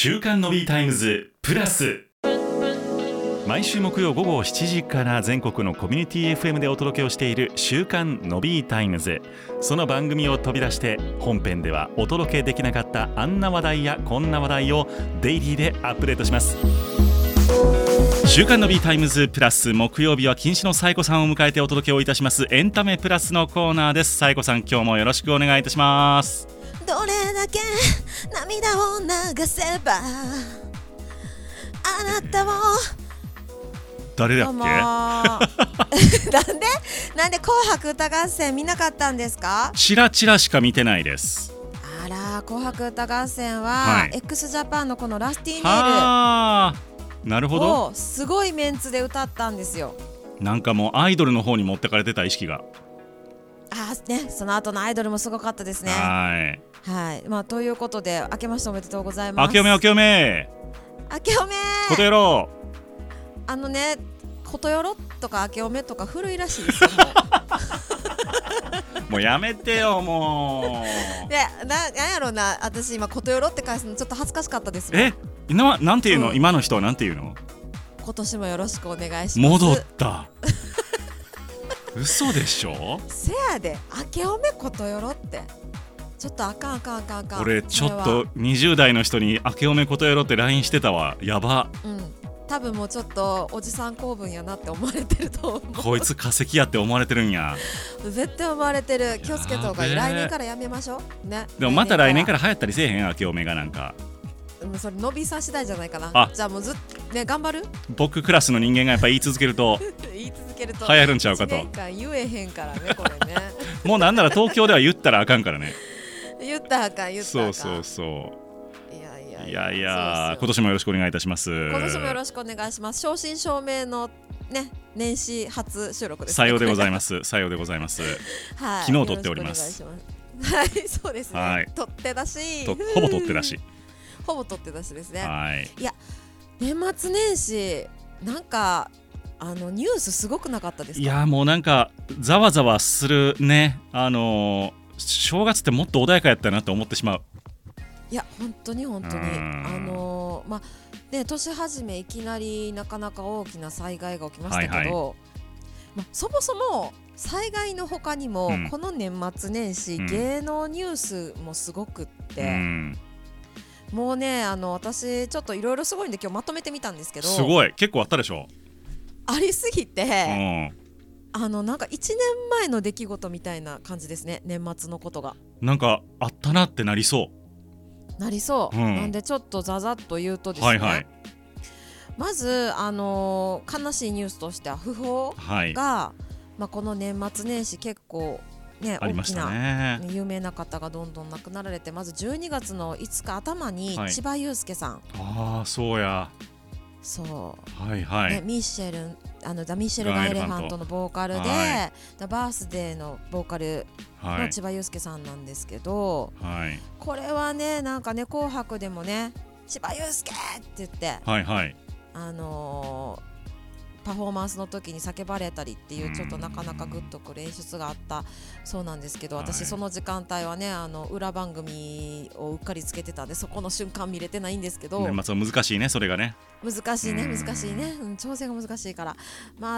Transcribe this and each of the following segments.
週刊の B タイムズプラス、毎週木曜午後7時から全国のコミュニティ FM でお届けをしている週刊の B タイムズ。その番組を飛び出して本編ではお届けできなかったあんな話題やこんな話題をデイリーでアップデートします。週刊の B タイムズプラス、木曜日は金子のサイコさんを迎えてお届けをいたしますエンタメプラスのコーナーです。サイコさん、今日もよろしくお願いいたします。 どれだけ涙を流せばあなたを誰だっけなんで紅白歌合戦見なかったんですか？ チラチラしか見てないです。 あら、紅白歌合戦は、 はい、 x ジャパンのこのラスティネイルなるほど、 をすごいメンツで歌ったんですよ。 なんかもうアイドルの方に持ってかれてた意識が、 その後のアイドルもすごかったですね。はい、ということで明けましておめでとうございます。 明けおめことよろことよろとか明けおめとか古いらしいですよもうやめてよ、もうで、なんやろうな、私今ことよろって返すのちょっと恥ずかしかったです。 なんていうの、今の人はなんていうの？ 今年もよろしくお願いします。 戻った嘘でしょ。 せやで、明けおめことよろってちょっとあかん。 俺ちょっと20代の人に明けおめことよろって LINE してたわ。やば。 多分もうちょっとおじさん構文やなって思われてると思う。 こいつ化石やって思われてるんや。 絶対思われてる。気をつけた方がいい。来年からやめましょうね。 でもまた来年から流行ったりせえへん、明けおめがなんか。 それ伸びさ次第じゃないかな。じゃあもうずっとね、頑張る。 僕クラスの人間がやっぱ言い続けると流行るんちゃうかと。1年間言えへんからね、これねもうなんなら東京では言ったらあかんからね言ったらあかん。 そういや今年もよろしくお願いいたします。 今年もよろしくお願いします。正真正銘のね、年始初収録です、 ね。さようでございます。昨日撮っております。 はい、そうですね、はい、撮って出しほぼ撮って出しですね。 いや、年末年始なんかニュースすごくなかったですか？ いや、もうなんかざわざわするね。正月ってもっと穏やかやったなって思ってしまう。 いや、本当に年始めいきなりなかなか大きな災害が起きましたけど、そもそも災害の他にも、この年末年始、芸能ニュースもすごくって、もうね、私ちょっといろいろすごいんで今日まとめてみたんですけど、 すごい結構あったでしょ。 ありすぎて、なんか1年前の出来事みたいな感じですね。年末のことがなんかあったなってなりそう、 なんでちょっとざざっと言うとですね、まず悲しいニュースとしては訃報が、この年末年始結構ね、大きな、有名な方がどんどん亡くなられて、まず12月の5日頭に千葉雄介さん、 そうや、 ミッシェルザ・ミッシェルガン・エレファントのボーカルで、ザ・バースデーのボーカルの千葉雄介さんなんですけど、これはね、なんかね、紅白でもね、千葉雄介って言って、パフォーマンスの時に叫ばれたりっていう、ちょっとなかなかグッとくる演出があったそうなんですけど、私その時間帯はね、裏番組をうっかりつけてたんで、そこの瞬間見れてないんですけど、 年末は難しいね、それがね。 難しいね、調整が難しいから。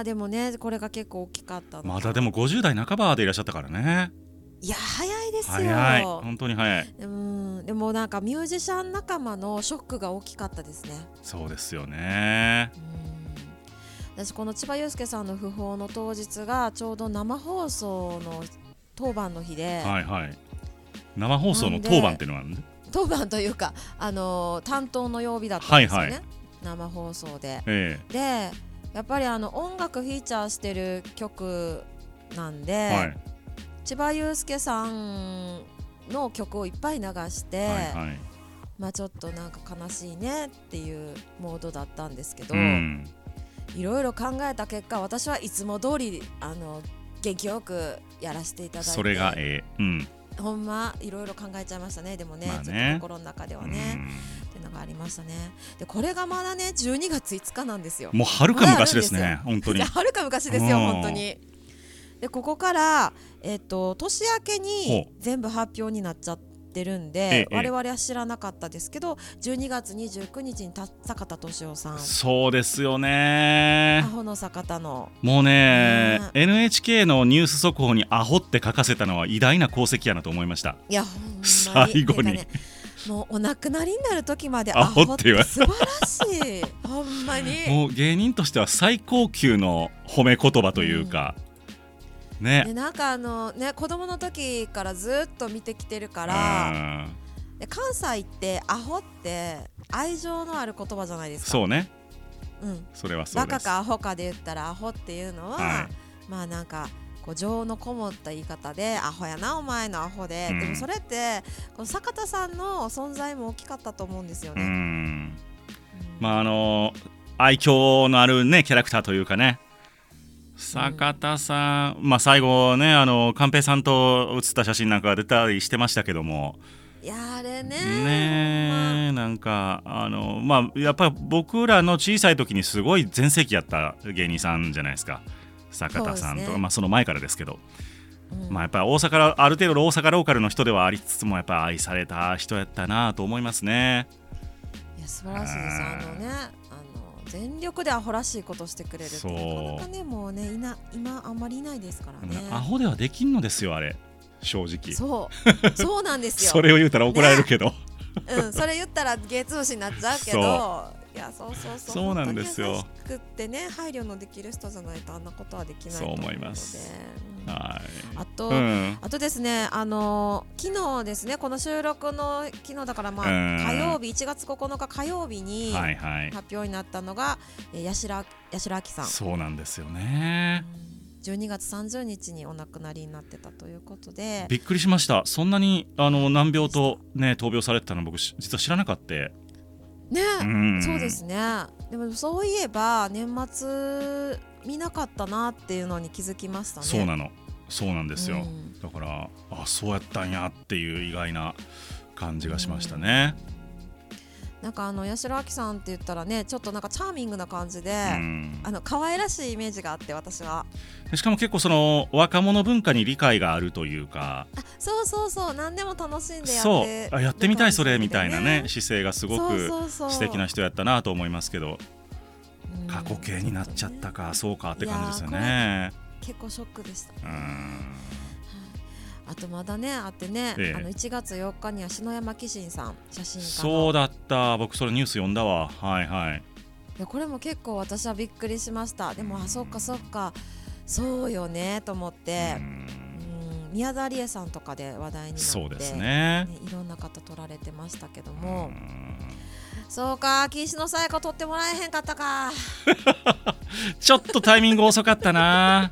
でもね、これが結構大きかったの。 まだでも50代半ばでいらっしゃったからね。 いや、早いですよ。 早い、本当に早い。 でもなんかミュージシャン仲間のショックが大きかったですね。 そうですよね。 私この千葉雄介さんの訃報の当日がちょうど生放送の当番の日で、 生放送の当番っていうのは当番というか担当の曜日だったんですよね、生放送で、でやっぱり音楽フィーチャーしてる曲なんで、千葉雄介さんの曲をいっぱい流して、ちょっとなんか悲しいねっていうモードだったんですけど、いろいろ考えた結果、私はいつも通り元気よくやらせていただいて、 それがほんまいろいろ考えちゃいましたね。でもね、ちょっと心の中ではねっていうのがありましたね。でこれがまだね12月5日なんですよ。 もうはるか昔ですね。本当にはるか昔ですよ、本当に。でここから、年明けに全部発表になっちゃっってるんで、我々は知らなかったですけど、12月29日に坂田敏夫さん、 そうですよね、 アホの坂田のもうね、NHK のニュース速報にアホって書かせたのは偉大な功績やなと思いました。 いやほんまに最後に、 もうお亡くなりになる時までアホって素晴らしいほんまにもう芸人としては最高級の褒め言葉というか、ね、 でなんか子供の時からずっと見てきてるから、で関西ってアホって愛情のある言葉じゃないですか。 そうね、 それはそうです。バカかアホかで言ったらアホっていうのは、まあなんか情のこもった言い方でアホやなお前のアホで、でもそれってこの坂田さんの存在も大きかったと思うんですよね。 まあ愛嬌のあるねキャラクターというかね、坂田さん、最後ね寛平さんと写った写真なんかが出たりしてましたけども、 いやあれねなんかやっぱり僕らの小さい時にすごい全盛期やった芸人さんじゃないですか、坂田さんとか、その前からですけど、やっぱりある程度大阪ローカルの人ではありつつもやっぱ愛された人やったなと思いますね。 いや素晴らしいです。全力でアホらしいことしてくれるってなかなかね、もうね今あんまりいないですからね。 アホではできんのですよあれ、正直。 そうなんですよそれを言うたら怒られるけど、 それ言ったら芸通しになっちゃうけど、いやそうなんですよ。 優しくってね、配慮のできる人じゃないとあんなことはできないと思うので。 そう思います。 あとですね、昨日ですね、この収録の昨日だから火曜日1月9日火曜日に発表になったのが八代亜紀さん。 そうなんですよね。 12月30日にお亡くなりになってたということで、 びっくりしました。そんなに難病とね闘病されてたの僕実は知らなかったね。 そうですね。でもそういえば年末見なかったなっていうのに気づきましたね。 そうなんですよ、だからそうやったんやっていう意外な感じがしましたね。 なんか八代亜紀さんって言ったらね、ちょっとなんかチャーミングな感じで、可愛らしいイメージがあって、私は。 しかも結構その若者文化に理解があるというか、 そう何でも楽しんでやってみたいそれみたいなね姿勢がすごく素敵な人やったなと思いますけど、過去形になっちゃったか、そうかって感じですよね。 結構ショックでした。あとまだねあってね、1月4日には篠山紀信さん、写真家の。 そうだった、僕それニュース読んだわ。 いやこれも結構私はびっくりしました。でもそっかそうよねと思って、宮沢りえさんとかで話題になって、 そうですね、 いろんな方撮られてましたけども、そうか、岸野紗友子撮ってもらえへんかったかちょっとタイミング遅かったな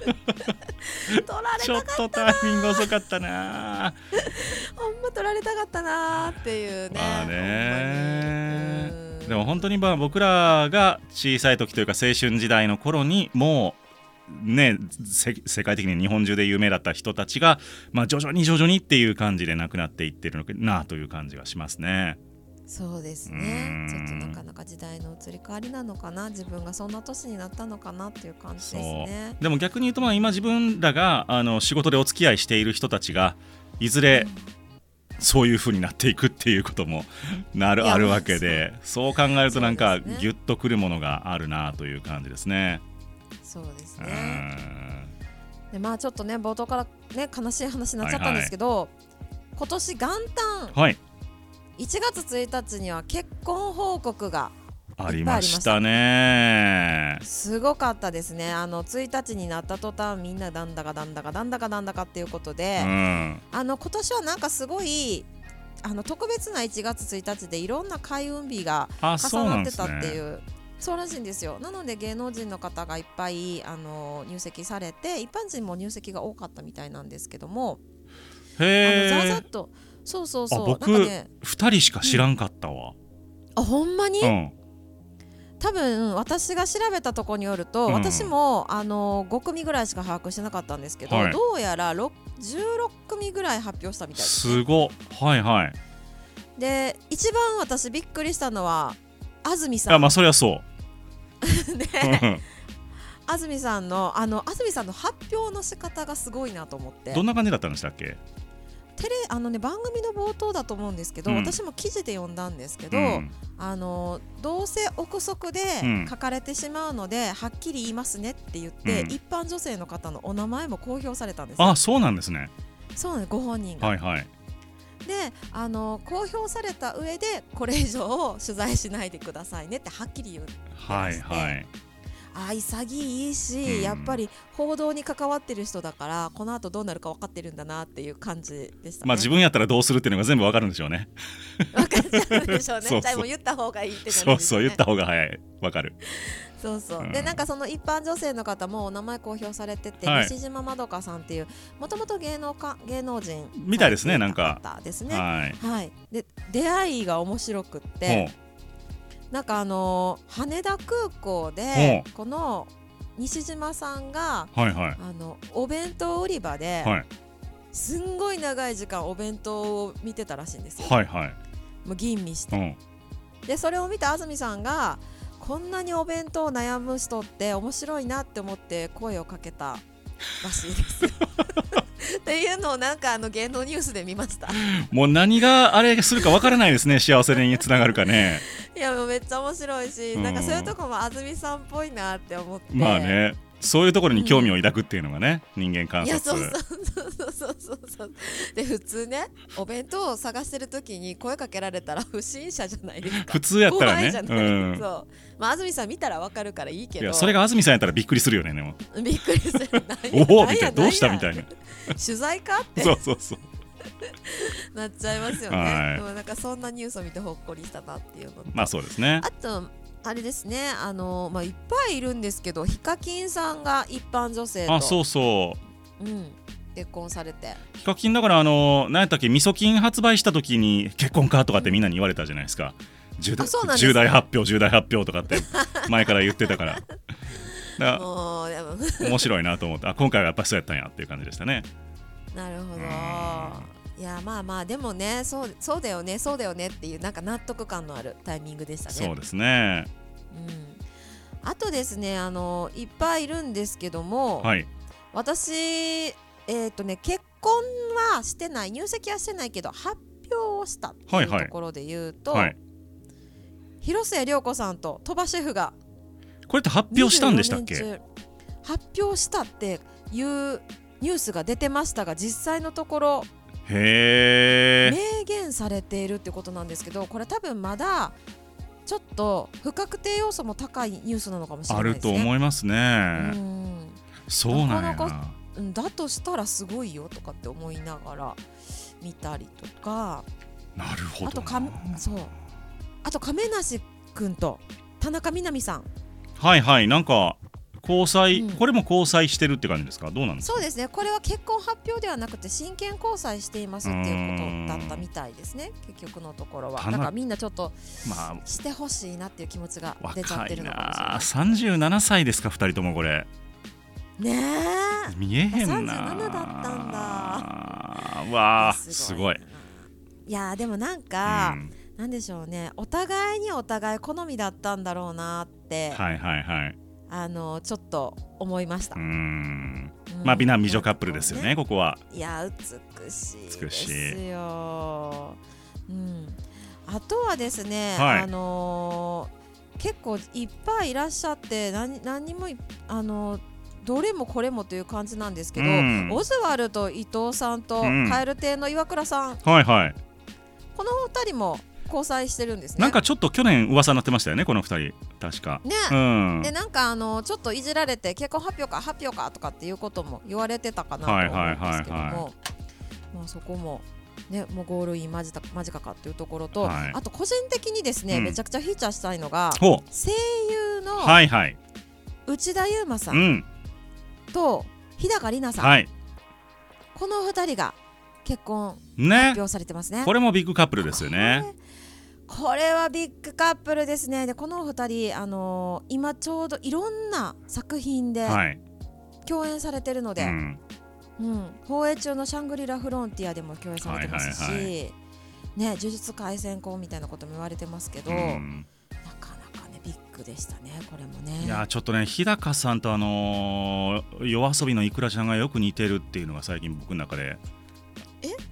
ちょっとタイミング遅かったなほんま撮られたかったなっていうね。でも本当に僕らが小さい時というか青春時代の頃にもうね、世界的に日本中で有名だった人たちが、徐々にっていう感じで亡くなっていってるのかなという感じがしますね。 そうですね。ちょっとなかなか時代の移り変わりなのかな、自分がそんな年になったのかなっていう感じですね。 でも逆に言うと今自分らが仕事でお付き合いしている人たちがいずれ、そういう風になっていくっていうこともあるわけで、そう考えるとなんかギュッとくるものがあるなという感じですね。 そうですね。でちょっとね冒頭からね悲しい話になっちゃったんですけど、今年元旦、1月1日には結婚報告がありましたね。 すごかったですね。1日になった途端みんななんだかっていうことで、今年はなんかすごい特別な1月1日でいろんな開運日が重なってたっていう、そうらしいんですよ。なので芸能人の方がいっぱい入籍されて、一般人も入籍が多かったみたいなんですけども、ざっとそう僕なんか、2人しか知らんかったわ。 ほんまに、多分私が調べたところによると、私も5組ぐらいしか把握してなかったんですけど、どうやら16組ぐらい発表したみたいです、 すごで一番私びっくりしたのは安住さん。 そりゃそう安住さんの安住さんの発表の仕方がすごいなと思って。 どんな感じだったんでしたっけ？ 番組の冒頭だと思うんですけど、私も記事で読んだんですけど、どうせ憶測で書かれてしまうので、はっきり言いますねって言って、一般女性の方のお名前も公表されたんですよ。 あ、そうなんですね。 そうなんです、ご本人が。 はいはい。 で公表された上でこれ以上取材しないでくださいねってはっきり言ってまして、 はいはい、 潔いし、やっぱり報道に関わってる人だからこの後どうなるか分かってるんだなっていう感じでしたね。 自分やったらどうするっていうのが全部分かるんでしょうね。 分かっちゃうんでしょうね。じゃあもう言った方がいいって感じですね。 そう言った方が早い、分かる。 そうそう、でなんかその一般女性の方もお名前公表されてて、西島まどかさんっていうもともと芸能人みたいですね。なんかですね。はい、で出会いが面白くって、なんか羽田空港でこの西島さんが、お弁当売り場で、すんごい長い時間お弁当を見てたらしいんですよ。もう吟味して、でそれを見た安住さんがこんなにお弁当悩む人って面白いなって思って声をかけたらしいですよっていうのをなんか芸能ニュースで見ました。 もう何があれするかわからないですね。幸せにつながるかね。 いやもうめっちゃ面白いし、なんかそういうとこも安住さんっぽいなって思って。 まあね、そういうところに興味を抱くっていうのがね、人間観察。いやそうで普通ね、お弁当を探してる時に声かけられたら不審者じゃないですか。 普通やったらね。 そう、安住さん見たらわかるからいいけど、 いやそれが安住さんやったらびっくりするよね。でもびっくりする。 おおみたいな、どうしたみたいな。 取材かってそうなっちゃいますよね。でもなんかそんなニュースを見てほっこりしたなっていうのと、 まあそうですね。 あとあれですね、いっぱいいるんですけど、ヒカキンさんが一般女性と結婚されて、 ヒカキンだから何やったっけ、味噌菌発売した時に結婚かとかってみんなに言われたじゃないですか。重大発表とかって前から言ってたからもう面白いなと思って、今回はやっぱりそうやったんやっていう感じでしたね。 なるほど。いやまあでもね、そうだよねっていうなんか納得感のあるタイミングでしたね。 そうですね。 あとですね、いっぱいいるんですけども、私結婚はしてない、入籍はしてないけど発表をしたっていうところで言うと、広末涼子さんと鳥羽シェフがこれって発表したんでしたっけ？ 発表したっていうニュースが出てましたが、実際のところ明言されているってことなんですけど、これ多分まだちょっと不確定要素も高いニュースなのかもしれないですね。 あると思いますね。そうなんやな。だとしたらすごいよとかって思いながら見たりとか。 なるほど。 あと亀梨君と田中みな実さん、 なんか交際、これも交際してるって感じですか？どうなんですか？そうですね、これは結婚発表ではなくて真剣交際していますっていうことだったみたいですね、結局のところは。だからみんなちょっとしてほしいなっていう気持ちが出ちゃってるのかもしれない。 37歳ですか、2人とも。これねえ、 見えへんな。 37だったんだ。 わあすごい。 いやでもなんか、なんでしょうね、お互いにお互い好みだったんだろうなってちょっと思いました。 美男美女カップルですよね、ここは。 いや美しいですよ。あとはですね、結構いっぱいいらっしゃって、何にもどれもこれもという感じなんですけど、オズワルド伊藤さんと蛙亭の岩倉さん、この2人も交際してるんですね。 なんかちょっと去年噂になってましたよね、この2人確かね。でなんかちょっといじられて結婚発表かとかっていうことも言われてたかなと思うんですけども、そこもね、もうゴールイン間近かっていうところと、あと個人的にですね、めちゃくちゃフィーチャーしたいのが声優の内田悠馬さんと日高里奈さん、この2人が結婚発表されてますね。 これもビッグカップルですよね。 これはビッグカップルですね。でこの2人今ちょうどいろんな作品で共演されてるので、放映中のシャングリラフロンティアでも共演されてますし、呪術廻戦校みたいなことも言われてますけど、なかなかねビッグでしたね、これもね。 いやちょっとね、日高さんと夜遊びのいくらちゃんがよく似てるっていうのが最近僕の中で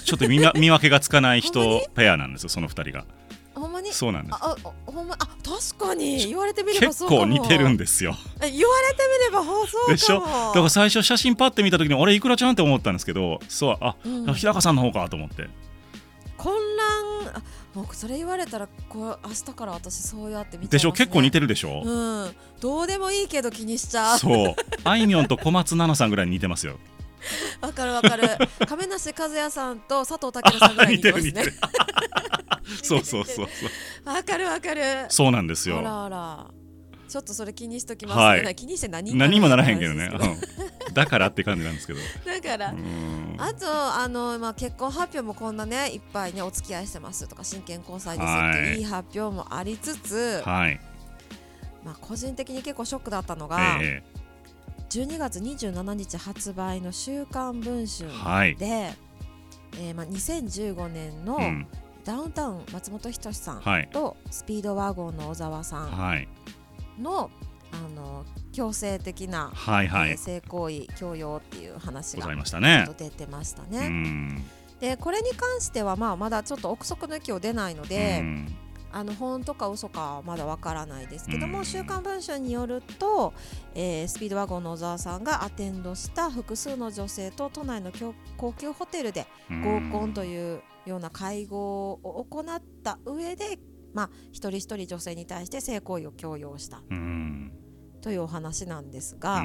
ちょっと見分けがつかない人ペアなんですよ、その2人が。 ほんまにそうなんです。 ほんま、確かに言われてみればそうかも。 結構似てるんですよ。 言われてみればそうかもでしょ。だから最初写真パッて見た時に俺いくらちゃんって思ったんですけど、そう日高さんの方かと思って混乱。僕それ言われたら明日から私そうやって見ちゃいますね。 でしょ。結構似てるでしょ。 どうでもいいけど気にしちゃう。 そうあいみょんと小松菜奈さんぐらいに似てますよ。 わかるわかる。亀梨和也さんと佐藤健さんぐらいに似てますね。 そうわかるわかる。 そうなんですよ。 あらちょっとそれ気にしときますね。気にして何もならへんけどね。だからって感じなんですけど。 だからあと結婚発表もこんなねいっぱいねお付き合いしてますとか真剣交際ですっていい発表もありつつ、個人的に結構ショックだったのが、12月27日発売の週刊文春で、2015年のダウンタウン松本人志さんとスピードワゴンの小沢さんの強制的な性行為強要っていう話がちょっと出てましたね。でこれに関してはまだちょっと憶測の域を出ないので、本当か嘘かはまだわからないですけども、週刊文春によると、スピードワゴンの小沢さんがアテンドした複数の女性と都内の高級ホテルで合コンというような会合を行った上で、一人一人女性に対して性行為を強要したというお話なんですが、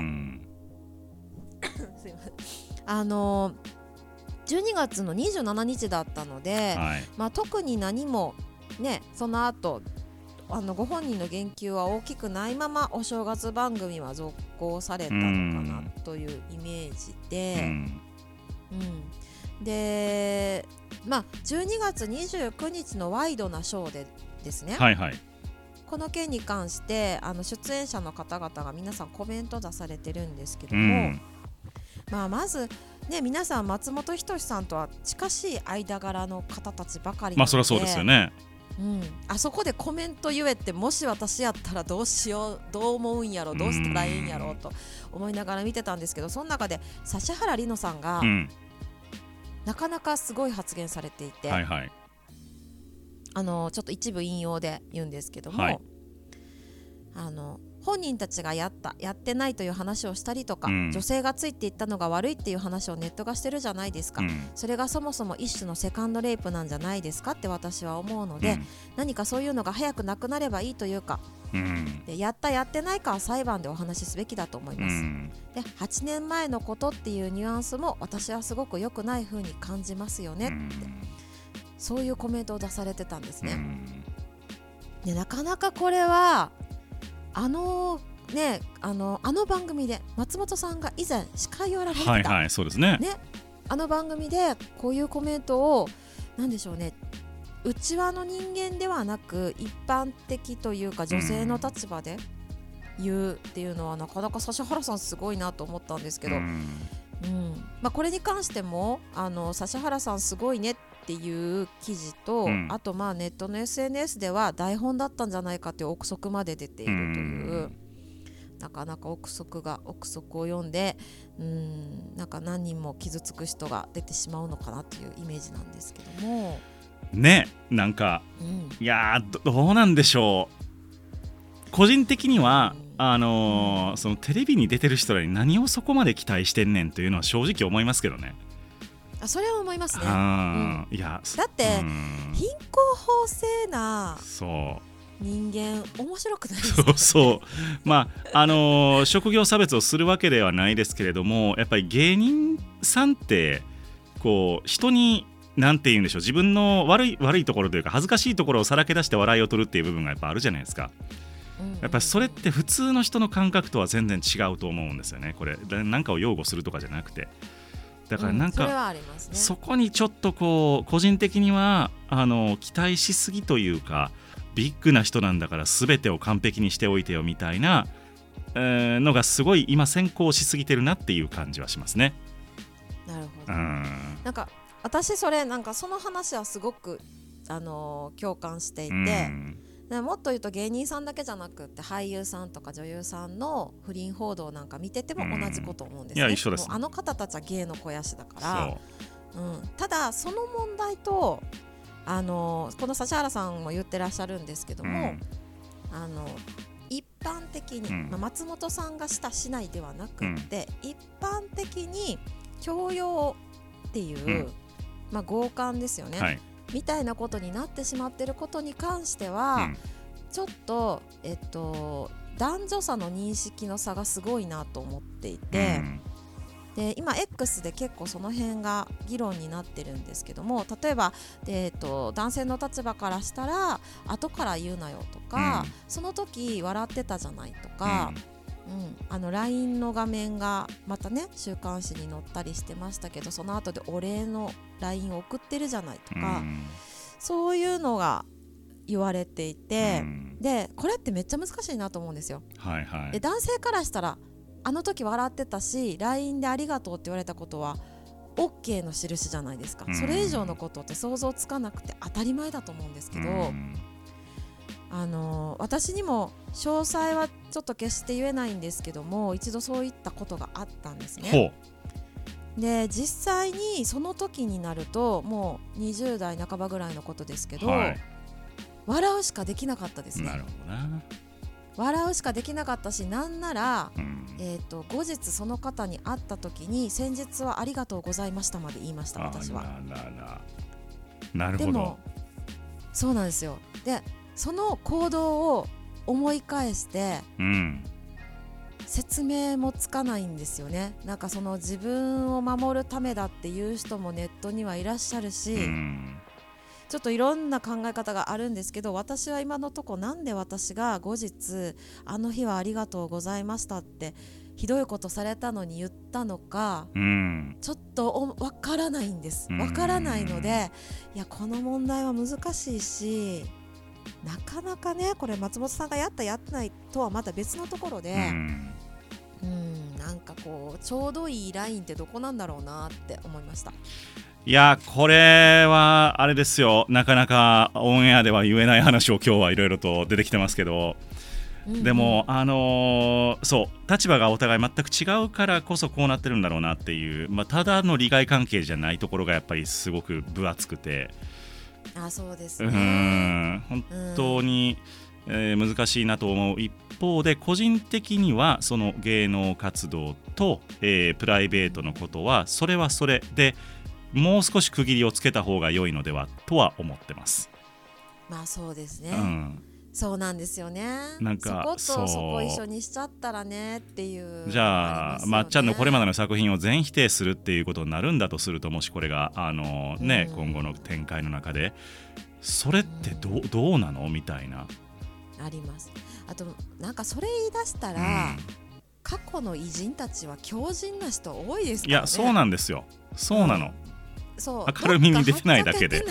すいません、12月の27日だったので、特に何もね、その後ご本人の言及は大きくないままお正月番組は続行されたのかなというイメージで、で12月29日のワイドなショーでですね、この件に関して出演者の方々が皆さんコメント出されてるんですけども、まずね、皆さん松本人志さんとは近しい間柄の方たちばかりなので、 そりゃそうですよね。 あそこでコメント言えってもし私やったらどうしよう、どう思うんやろ、どうしたらいいんやろと思いながら見てたんですけど、その中で指原莉乃さんが、なかなかすごい発言されていて、ちょっと一部引用で言うんですけども、本人たちがやってないという話をしたりとか、女性がついていったのが悪いっていう話をネットがしてるじゃないですか、それがそもそも一種のセカンドレイプなんじゃないですかって私は思うので、何かそういうのが早くなくなればいいというか、でやってないかは裁判でお話しすべきだと思います、で8年前のことっていうニュアンスも私はすごく良くない風に感じますよねって、そういうコメントを出されてたんですね。でなかなかこれはあの番組で松本さんが以前司会をやられてた、 そうですね。 あの番組でこういうコメントをなんでしょうね、内輪の人間ではなく一般的というか女性の立場で言うっていうのはなかなか指原さんすごいなと思ったんですけど、これに関しても指原さんすごいねっていう記事と、あとネットの SNS では台本だったんじゃないかという憶測まで出ているという、なかなか憶測を読んでなんか何人も傷つく人が出てしまうのかなというイメージなんですけどもね、なんか、いやどうなんでしょう。個人的には、そのテレビに出てる人らに何をそこまで期待してんねんというのは正直思いますけどね。 それは思いますね。 いやだって貧困法制な人間面白くないですか、 職業差別をするわけではないですけれども、やっぱり芸人さんってこう人になんて言うんでしょう、自分の悪いところというか恥ずかしいところをさらけ出して笑いを取るっていう部分がやっぱあるじゃないですか。やっぱりそれって普通の人の感覚とは全然違うと思うんですよね。これ何かを擁護するとかじゃなくて、だからなんか、そこにちょっとこう個人的には期待しすぎというか、ビッグな人なんだから全てを完璧にしておいてよみたいなのがすごい今先行しすぎてるなっていう感じはしますね。 なるほど。なんか私その話はすごく共感していて、でもっと言うと芸人さんだけじゃなくって俳優さんとか女優さんの不倫報道なんか見てても同じこと思うんですね。 いや一緒です。 もうあの方たちは芸の肥やしだから、 ただその問題とこの指原さんも言ってらっしゃるんですけども、一般的に、松本さんがしたしないではなくて、一般的に強要っていう、強姦ですよね、みたいなことになってしまっていることに関しては、ちょっと、男女差の認識の差がすごいなと思っていて、で今 X で結構その辺が議論になってるんですけども、例えば、男性の立場からしたら後から言うなよとか、その時笑ってたじゃないとか、LINE の画面がまたね週刊誌に載ったりしてましたけど、その後でお礼の LINE を送ってるじゃないとか、そういうのが言われていて、でこれってめっちゃ難しいなと思うんですよ。で男性からしたらあの時笑ってたし LINE でありがとうって言われたことは OK の印じゃないですか。それ以上のことって想像つかなくて当たり前だと思うんですけど、私にも詳細はちょっと決して言えないんですけども、一度そういったことがあったんですね。で実際にその時になるともう20代半ばぐらいのことですけど、笑うしかできなかったですね。 なるほどな。 笑うしかできなかったし、なんなら、後日その方に会った時に先日はありがとうございましたまで言いました、私は。 なるほど。 でもそうなんですよ。でその行動を思い返して、説明もつかないんですよね。なんかその自分を守るためだっていう人もネットにはいらっしゃるし、ちょっといろんな考え方があるんですけど、私は今のとこなんで私が後日あの日はありがとうございましたってひどいことされたのに言ったのか、ちょっとわからないんです。わからないので、いやこの問題は難しいし、なかなかねこれ松本さんがやったやってないとはまた別のところで、なんかこうちょうどいいラインってどこなんだろうなって思いました。 いやこれはあれですよ、なかなかオンエアでは言えない話を今日はいろいろと出てきてますけど、でもそう立場がお互い全く違うからこそこうなってるんだろうなっていう、ただの利害関係じゃないところがやっぱりすごく分厚くて、 そうですね、 本当に、難しいなと思う一方で、個人的にはその芸能活動と、プライベートのことはそれはそれでもう少し区切りをつけた方が良いのではとは思ってます。 そうですね、そうなんですよね。 なんかそことそこ一緒にしちゃったらねっていう、 じゃあまっちゃんのこれまでの作品を全否定するっていうことになるんだとすると、もしこれが今後の展開の中でそれってどうなのみたいなあります。あとなんかそれ言い出したら、過去の偉人たちは強靭な人多いですからね。 いやそうなんですよ。そうなの。明るみに出てないだけで、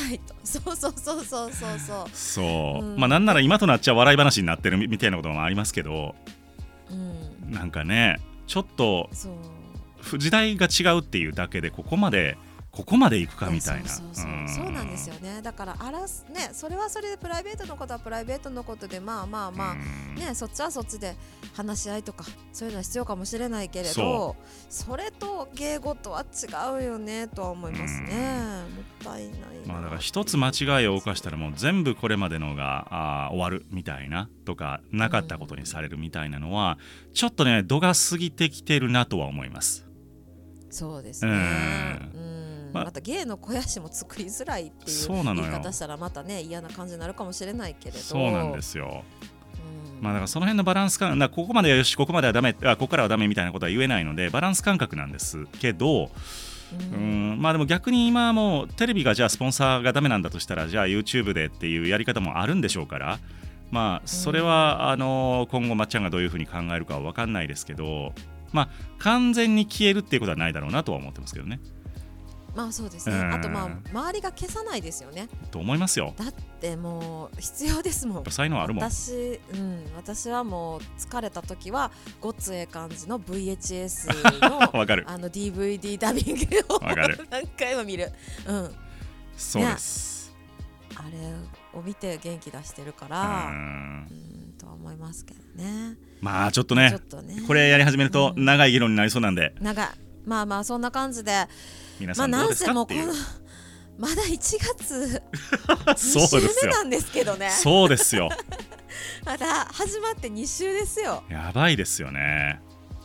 なんなら今となっちゃ笑い話になってるみたいなこともありますけど、なんかねちょっと時代が違うっていうだけでここまで行くかみたいな。 そうなんですよね。だからそれはそれでプライベートのことはプライベートのことでそっちはそっちで話し合いとかそういうのは必要かもしれないけれど、それと芸事は違うよねとは思いますね。もったいない。 だから一つ間違いを犯したらもう全部これまでのが終わるみたいなとか、なかったことにされるみたいなのはちょっとね度が過ぎてきてるなとは思います。 そうですね。また芸の肥やしも作りづらいっていう言い方したらまたね嫌な感じになるかもしれないけれど、 そうなんですよ。だからその辺のバランス感、ここまではよしここまではダメ、ここからはダメみたいなことは言えないのでバランス感覚なんですけど、でも逆に今もテレビがじゃあスポンサーがダメなんだとしたら、じゃあ YouTube でっていうやり方もあるんでしょうから、それは今後まっちゃんがどういうふうに考えるかは分かんないですけど、完全に消えるっていうことはないだろうなとは思ってますけどね。 そうですね。あと周りが消さないですよね。 と思いますよ。 だってもう必要ですもん。 才能あるもん。 私はもう疲れた時はごっつええ感じの VHS のDVD ダビングを何回も見る。 そうです。 あれを見て元気出してるからとは思いますけどね。 ちょっとねこれやり始めると長い議論になりそうなんで、 そんな感じで皆さんどうですかっていう、 まだ1月 2 週目なんですけどね。 そうですよまだ始まって2週ですよ。 やばいですよね。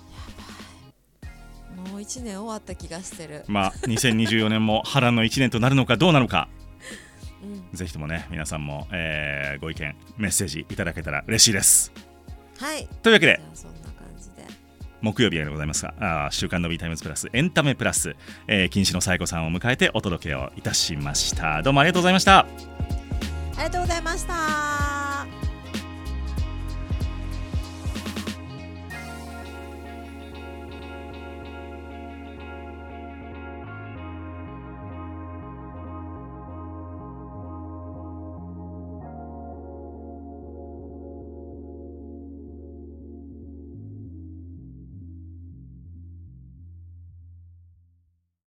もう1年終わった気がしてる。 2024年も波乱の1年となるのかどうなのか、ぜひともね皆さんも、ご意見メッセージいただけたら嬉しいです。 はい、 というわけでそんな感じで木曜日でございますが、週刊のビータイムズプラスエンタメプラス、金子の紗友子さんを迎えてお届けをいたしました。どうもありがとうございました。 ありがとうございました。